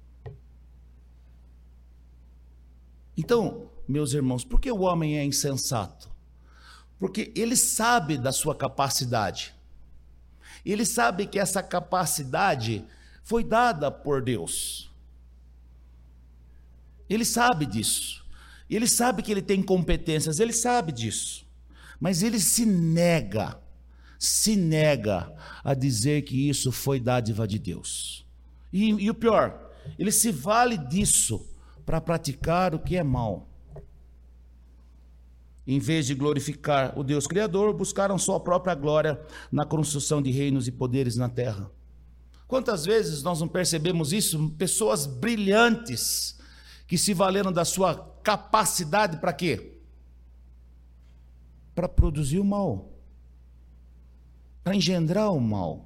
Então, meus irmãos, por que o homem é insensato? Porque ele sabe da sua capacidade. Ele sabe que essa capacidade foi dada por Deus. Ele sabe disso. Ele sabe que ele tem competências, ele sabe disso. Mas ele se nega a dizer que isso foi dádiva de Deus. E o pior, ele se vale disso para praticar o que é mal. Em vez de glorificar o Deus Criador, buscaram sua própria glória na construção de reinos e poderes na terra. Quantas vezes nós não percebemos isso? Pessoas brilhantes que se valeram da sua capacidade para quê? Para produzir o mal. Para engendrar o mal.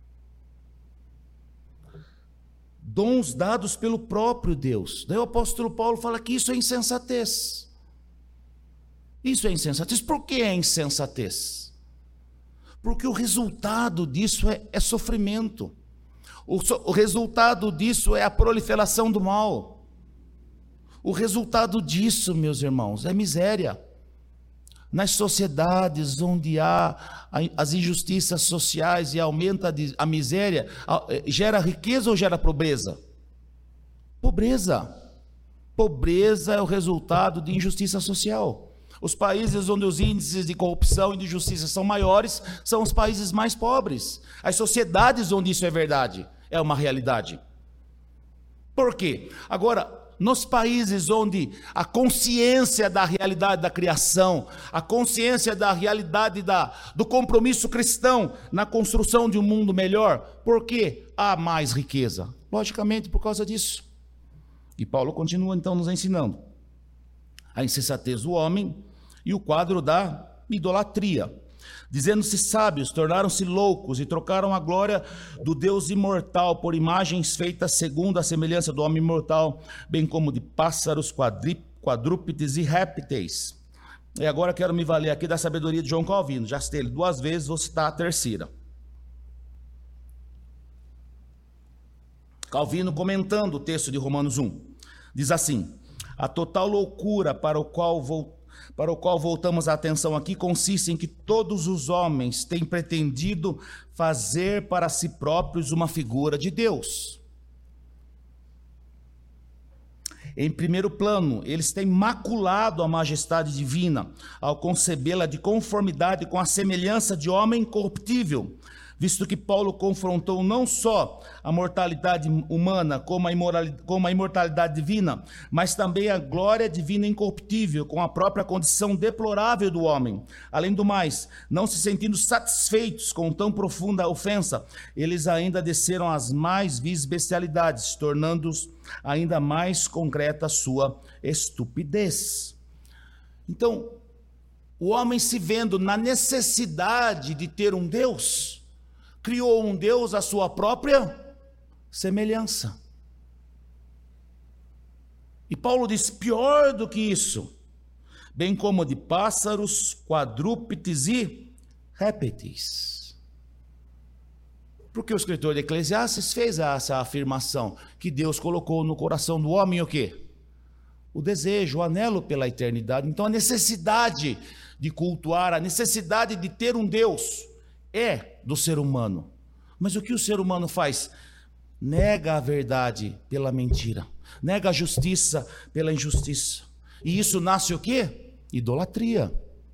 Dons dados pelo próprio Deus. Daí o apóstolo Paulo fala que isso é insensatez. Isso é insensatez. Por que é insensatez? Porque o resultado disso é sofrimento. O resultado disso é a proliferação do mal. O resultado disso, meus irmãos, é miséria. Nas sociedades onde há as injustiças sociais e aumenta a miséria, gera riqueza ou gera pobreza? Pobreza. Pobreza é o resultado de injustiça social. Os países onde os índices de corrupção e de injustiça são maiores são os países mais pobres. As sociedades onde isso é verdade, é uma realidade. Por quê? Agora, nos países onde a consciência da realidade da criação, a consciência da realidade do compromisso cristão na construção de um mundo melhor, por que há mais riqueza? Logicamente por causa disso. E Paulo continua então nos ensinando a insensatez do homem e o quadro da idolatria. Dizendo-se sábios, tornaram-se loucos e trocaram a glória do Deus imortal por imagens feitas segundo a semelhança do homem mortal, bem como de pássaros, quadrúpedes e répteis. E agora quero me valer aqui da sabedoria de João Calvino. Já citei ele 2 vezes, vou citar a terceira. Calvino, comentando o texto de Romanos 1, diz assim: a total loucura para o qual voltamos a atenção aqui consiste em que todos os homens têm pretendido fazer para si próprios uma figura de Deus. Em primeiro plano, eles têm maculado a majestade divina ao concebê-la de conformidade com a semelhança de homem corruptível, visto que Paulo confrontou não só a mortalidade humana como a imortalidade divina, mas também a glória divina incorruptível com a própria condição deplorável do homem. Além do mais, não se sentindo satisfeitos com tão profunda ofensa, eles ainda desceram às mais vis bestialidades, tornando-os ainda mais concreta a sua estupidez. Então, o homem, se vendo na necessidade de ter um Deus, criou um Deus à sua própria semelhança. E Paulo diz: pior do que isso, bem como de pássaros, quadrúpedes e répteis. Porque o escritor de Eclesiastes fez essa afirmação, que Deus colocou no coração do homem o quê? O desejo, o anelo pela eternidade. Então a necessidade de cultuar, a necessidade de ter um Deus é do ser humano. Mas o que o ser humano faz? Nega a verdade pela mentira, nega a justiça pela injustiça. E isso nasce o quê? Idolatria.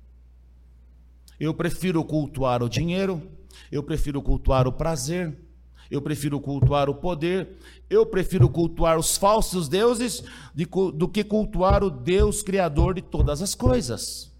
Eu prefiro cultuar o dinheiro, eu prefiro cultuar o prazer, eu prefiro cultuar o poder, eu prefiro cultuar os falsos deuses do que cultuar o Deus criador de todas as coisas.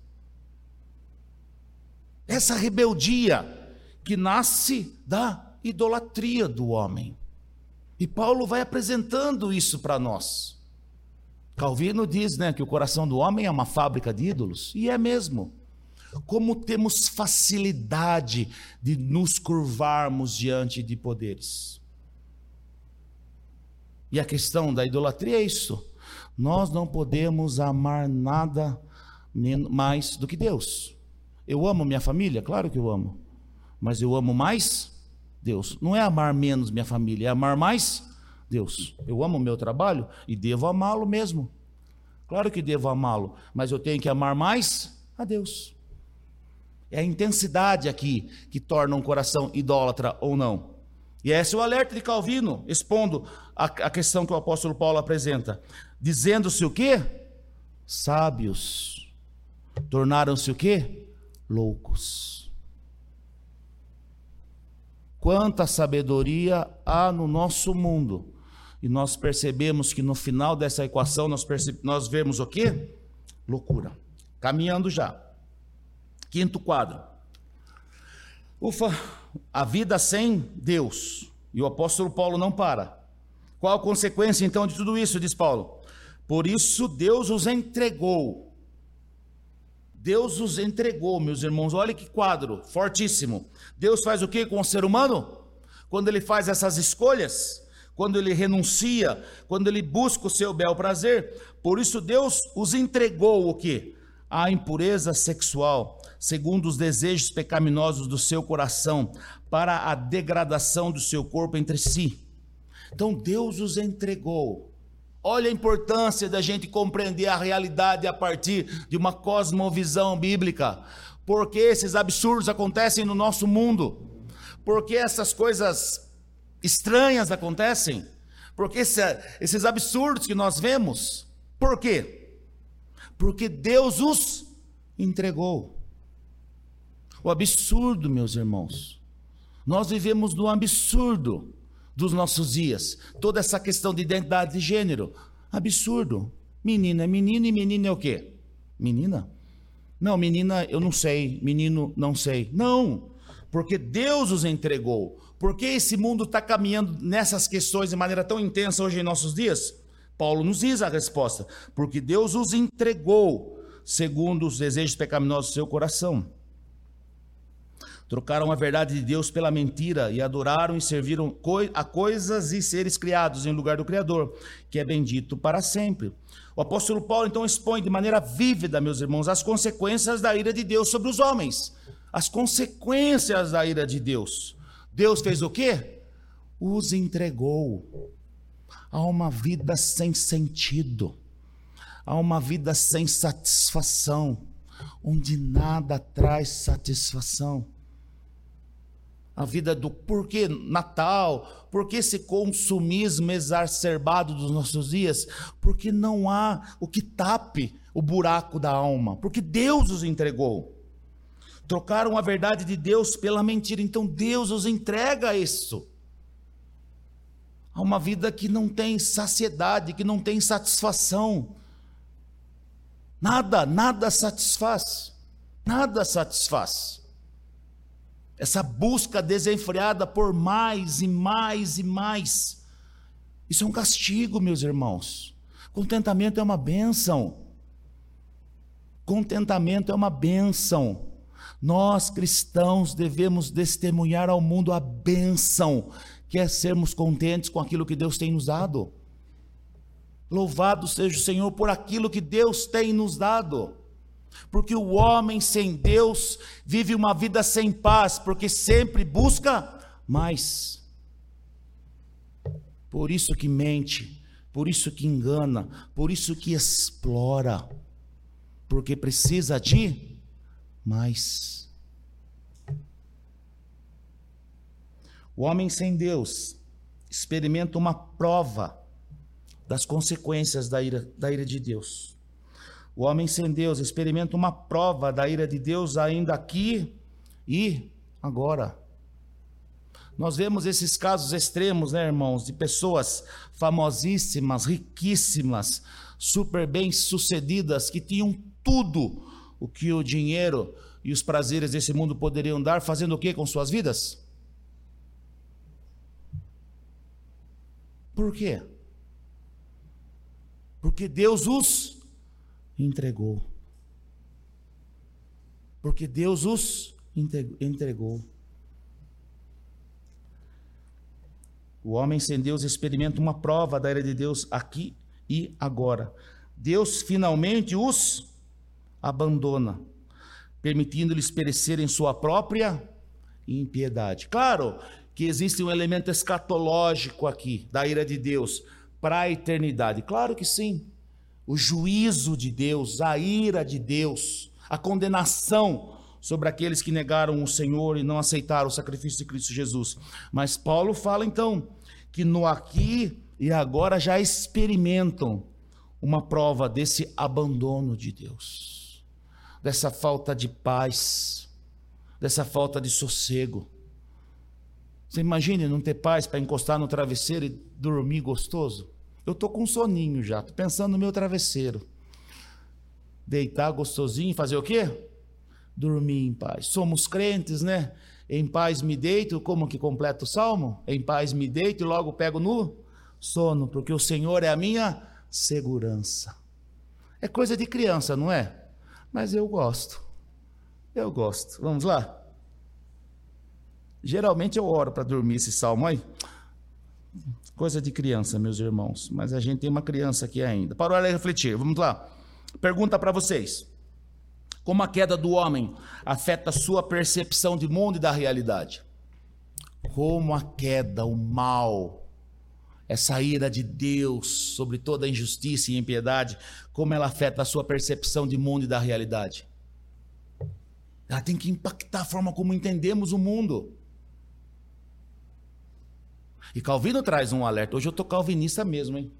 Essa rebeldia que nasce da idolatria do homem. E Paulo vai apresentando isso para nós. Calvino diz, que o coração do homem é uma fábrica de ídolos, e é mesmo. Como temos facilidade de nos curvarmos diante de poderes. E a questão da idolatria é isso. Nós não podemos amar nada mais do que Deus. Eu amo minha família? Claro que eu amo. Mas eu amo mais Deus. Não é amar menos minha família, é amar mais Deus. Eu amo o meu trabalho e devo amá-lo mesmo. Claro que devo amá-lo, mas eu tenho que amar mais a Deus. É a intensidade aqui que torna um coração idólatra ou não. E esse é o alerta de Calvino, expondo a questão que o apóstolo Paulo apresenta. Dizendo-se o quê? Sábios. Tornaram-se o quê? Loucos. Quanta sabedoria há no nosso mundo. E nós percebemos que no final dessa equação nós vemos o quê? Loucura. Caminhando já. Quinto quadro. A vida sem Deus. E o apóstolo Paulo não para. Qual a consequência então de tudo isso, diz Paulo? Por isso Deus os entregou. Deus os entregou, meus irmãos. Olha que quadro fortíssimo. Deus faz o que com o ser humano? Quando ele faz essas escolhas, quando ele renuncia, quando ele busca o seu bel prazer. Por isso Deus os entregou o quê? A impureza sexual, segundo os desejos pecaminosos do seu coração, para a degradação do seu corpo entre si. Então Deus os entregou. Olha a importância da gente compreender a realidade a partir de uma cosmovisão bíblica. Porque esses absurdos acontecem no nosso mundo? Porque essas coisas estranhas acontecem? Porque esses absurdos que nós vemos? Por quê? Porque Deus os entregou. O absurdo, meus irmãos. Nós vivemos no absurdo dos nossos dias, toda essa questão de identidade de gênero, absurdo. Menina é menino e menina é o quê? Menina? Não, menina eu não sei, menino não sei. Não, porque Deus os entregou. Por que esse mundo está caminhando nessas questões de maneira tão intensa hoje em nossos dias? Paulo nos diz a resposta, porque Deus os entregou, segundo os desejos pecaminosos do seu coração. Trocaram a verdade de Deus pela mentira e adoraram e serviram a coisas e seres criados em lugar do Criador, que é bendito para sempre. O apóstolo Paulo então expõe de maneira vívida, meus irmãos, as consequências da ira de Deus sobre os homens. As consequências da ira de Deus. Deus fez o quê? Os entregou. Há uma vida sem sentido, há uma vida sem satisfação, onde nada traz satisfação. A vida do porquê Natal, porquê esse consumismo exacerbado dos nossos dias? Porque não há o que tape o buraco da alma, porque Deus os entregou. Trocaram a verdade de Deus pela mentira, então Deus os entrega isso. Há uma vida que não tem saciedade, que não tem satisfação. Nada satisfaz. Nada satisfaz. Essa busca desenfreada por mais e mais e mais. Isso é um castigo, meus irmãos. Contentamento é uma bênção. Contentamento é uma bênção. Nós, cristãos, devemos testemunhar ao mundo a bênção que é sermos contentes com aquilo que Deus tem nos dado. Louvado seja o Senhor por aquilo que Deus tem nos dado. Porque o homem sem Deus vive uma vida sem paz, porque sempre busca mais. Por isso que mente, por isso que engana, por isso que explora, porque precisa de mais. O homem sem Deus experimenta uma prova das consequências da ira de Deus. O homem sem Deus experimenta uma prova da ira de Deus ainda aqui e agora. Nós vemos esses casos extremos, né, irmãos, de pessoas famosíssimas, riquíssimas, super bem-sucedidas, que tinham tudo o que o dinheiro e os prazeres desse mundo poderiam dar, fazendo o que com suas vidas? Por quê? Porque Deus os entregou. Porque Deus os entregou. O homem sem Deus experimenta uma prova da ira de Deus aqui e agora. Deus finalmente os abandona, permitindo-lhes perecer em sua própria impiedade. Claro que existe um elemento escatológico aqui, da ira de Deus, para a eternidade. Claro que sim. O juízo de Deus, a ira de Deus, a condenação sobre aqueles que negaram o Senhor e não aceitaram o sacrifício de Cristo Jesus. Mas Paulo fala então que no aqui e agora já experimentam uma prova desse abandono de Deus, dessa falta de paz, dessa falta de sossego. Você imagina não ter paz para encostar no travesseiro e dormir gostoso? Eu estou com um soninho já, estou pensando no meu travesseiro. Deitar gostosinho e fazer o quê? Dormir em paz. Somos crentes, né? Em paz me deito, como que completa o salmo? Em paz me deito e logo pego no sono, porque o Senhor é a minha segurança. É coisa de criança, não é? Mas eu gosto. Eu gosto. Vamos lá? Geralmente eu oro para dormir esse salmo aí. Coisa de criança, meus irmãos. Mas a gente tem uma criança aqui ainda. Para olhar e refletir. Vamos lá. Pergunta para vocês. Como a queda do homem afeta a sua percepção de mundo e da realidade? Como a queda, o mal, essa ira de Deus sobre toda a injustiça e impiedade, como ela afeta a sua percepção de mundo e da realidade? Ela tem que impactar a forma como entendemos o mundo. E Calvino traz um alerta. Hoje eu estou calvinista mesmo, hein?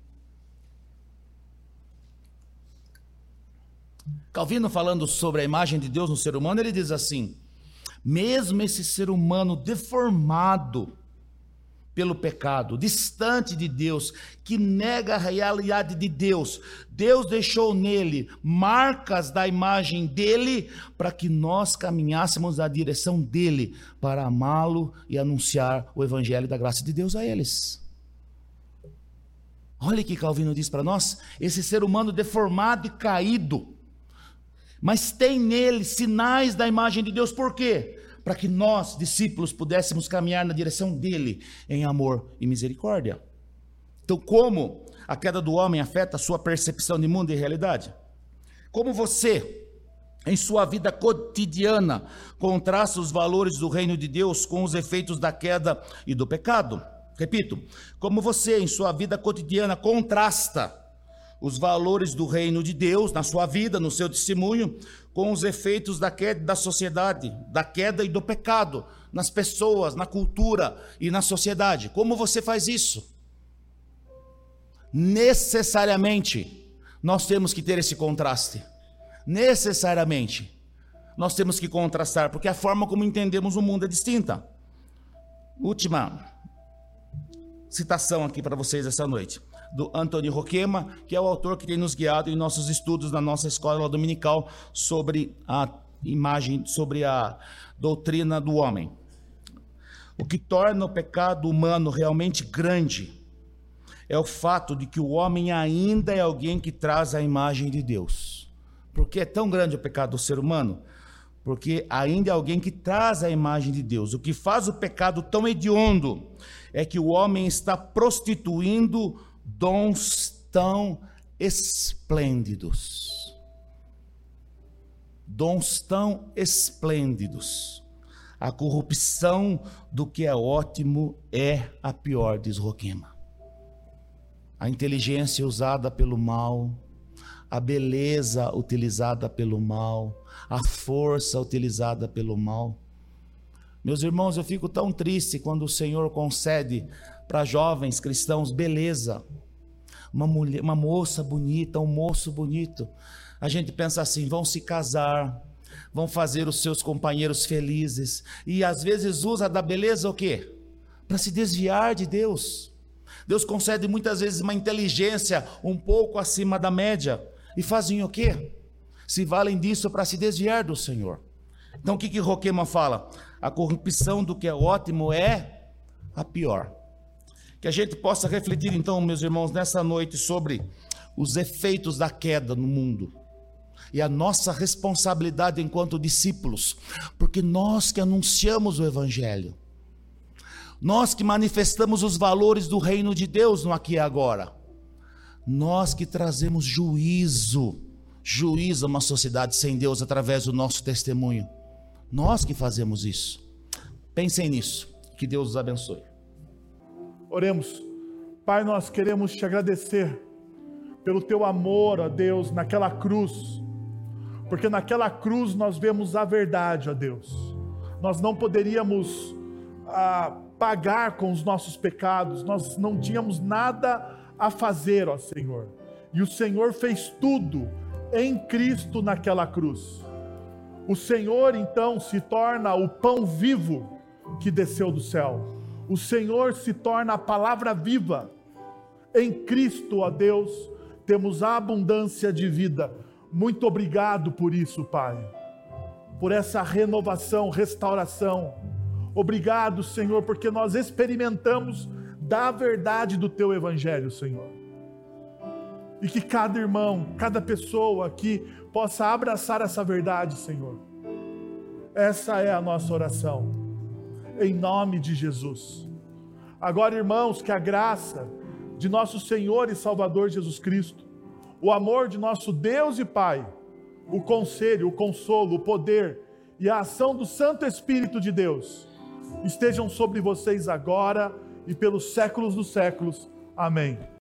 Calvino, falando sobre a imagem de Deus no ser humano, ele diz assim: mesmo esse ser humano deformado pelo pecado, distante de Deus, que nega a realidade de Deus, Deus deixou nele marcas da imagem dele para que nós caminhássemos na direção dele, para amá-lo e anunciar o evangelho da graça de Deus a eles. Olha o que Calvino diz para nós: esse ser humano deformado e caído, mas tem nele sinais da imagem de Deus. Por quê? Para que nós, discípulos, pudéssemos caminhar na direção dele em amor e misericórdia. Então, como a queda do homem afeta a sua percepção de mundo e realidade? Como você, em sua vida cotidiana, contrasta os valores do reino de Deus com os efeitos da queda e do pecado? Repito, como você em sua vida cotidiana contrasta os valores do reino de Deus na sua vida, no seu testemunho, com os efeitos da queda da sociedade, da queda e do pecado nas pessoas, na cultura e na sociedade. Como você faz isso? Necessariamente, nós temos que ter esse contraste. Necessariamente, nós temos que contrastar, porque a forma como entendemos o mundo é distinta. Última citação aqui para vocês essa noite, do Anthony Roquema, que é o autor que tem nos guiado em nossos estudos na nossa escola dominical sobre a imagem, sobre a doutrina do homem. O que torna o pecado humano realmente grande é o fato de que o homem ainda é alguém que traz a imagem de Deus. Por que é tão grande o pecado do ser humano? Porque ainda é alguém que traz a imagem de Deus. O que faz o pecado tão hediondo é que o homem está prostituindo dons tão esplêndidos. Dons tão esplêndidos. A corrupção do que é ótimo é a pior, diz Roquema. A inteligência usada pelo mal, a beleza utilizada pelo mal, a força utilizada pelo mal. Meus irmãos, eu fico tão triste quando o Senhor concede para jovens cristãos beleza, uma mulher, uma moça bonita, um moço bonito. A gente pensa assim, vão se casar, vão fazer os seus companheiros felizes, e às vezes usa da beleza o quê? Para se desviar de Deus. Deus concede muitas vezes uma inteligência um pouco acima da média, e fazem o quê? Se valem disso para se desviar do Senhor. Então o que Roquema fala? A corrupção do que é ótimo é a pior. Que a gente possa refletir então, meus irmãos, nessa noite sobre os efeitos da queda no mundo e a nossa responsabilidade enquanto discípulos, porque nós que anunciamos o Evangelho, nós que manifestamos os valores do reino de Deus no aqui e agora, nós que trazemos juízo a uma sociedade sem Deus através do nosso testemunho, nós que fazemos isso. Pensem nisso, que Deus os abençoe. Oremos. Pai, nós queremos te agradecer pelo teu amor, ó Deus, naquela cruz, porque naquela cruz nós vemos a verdade, ó Deus. Nós não poderíamos pagar com os nossos pecados, nós não tínhamos nada a fazer, ó Senhor, e o Senhor fez tudo em Cristo naquela cruz. O Senhor então se torna o pão vivo que desceu do céu. O Senhor se torna a palavra viva. Em Cristo, ó Deus, temos a abundância de vida. Muito obrigado por isso, Pai, por essa renovação, restauração. Obrigado, Senhor, porque nós experimentamos da verdade do teu Evangelho, Senhor. E que cada irmão, cada pessoa aqui possa abraçar essa verdade, Senhor. Essa é a nossa oração, em nome de Jesus. Agora, irmãos, que a graça de nosso Senhor e Salvador Jesus Cristo, o amor de nosso Deus e Pai, o conselho, o consolo, o poder e a ação do Santo Espírito de Deus estejam sobre vocês agora e pelos séculos dos séculos. Amém.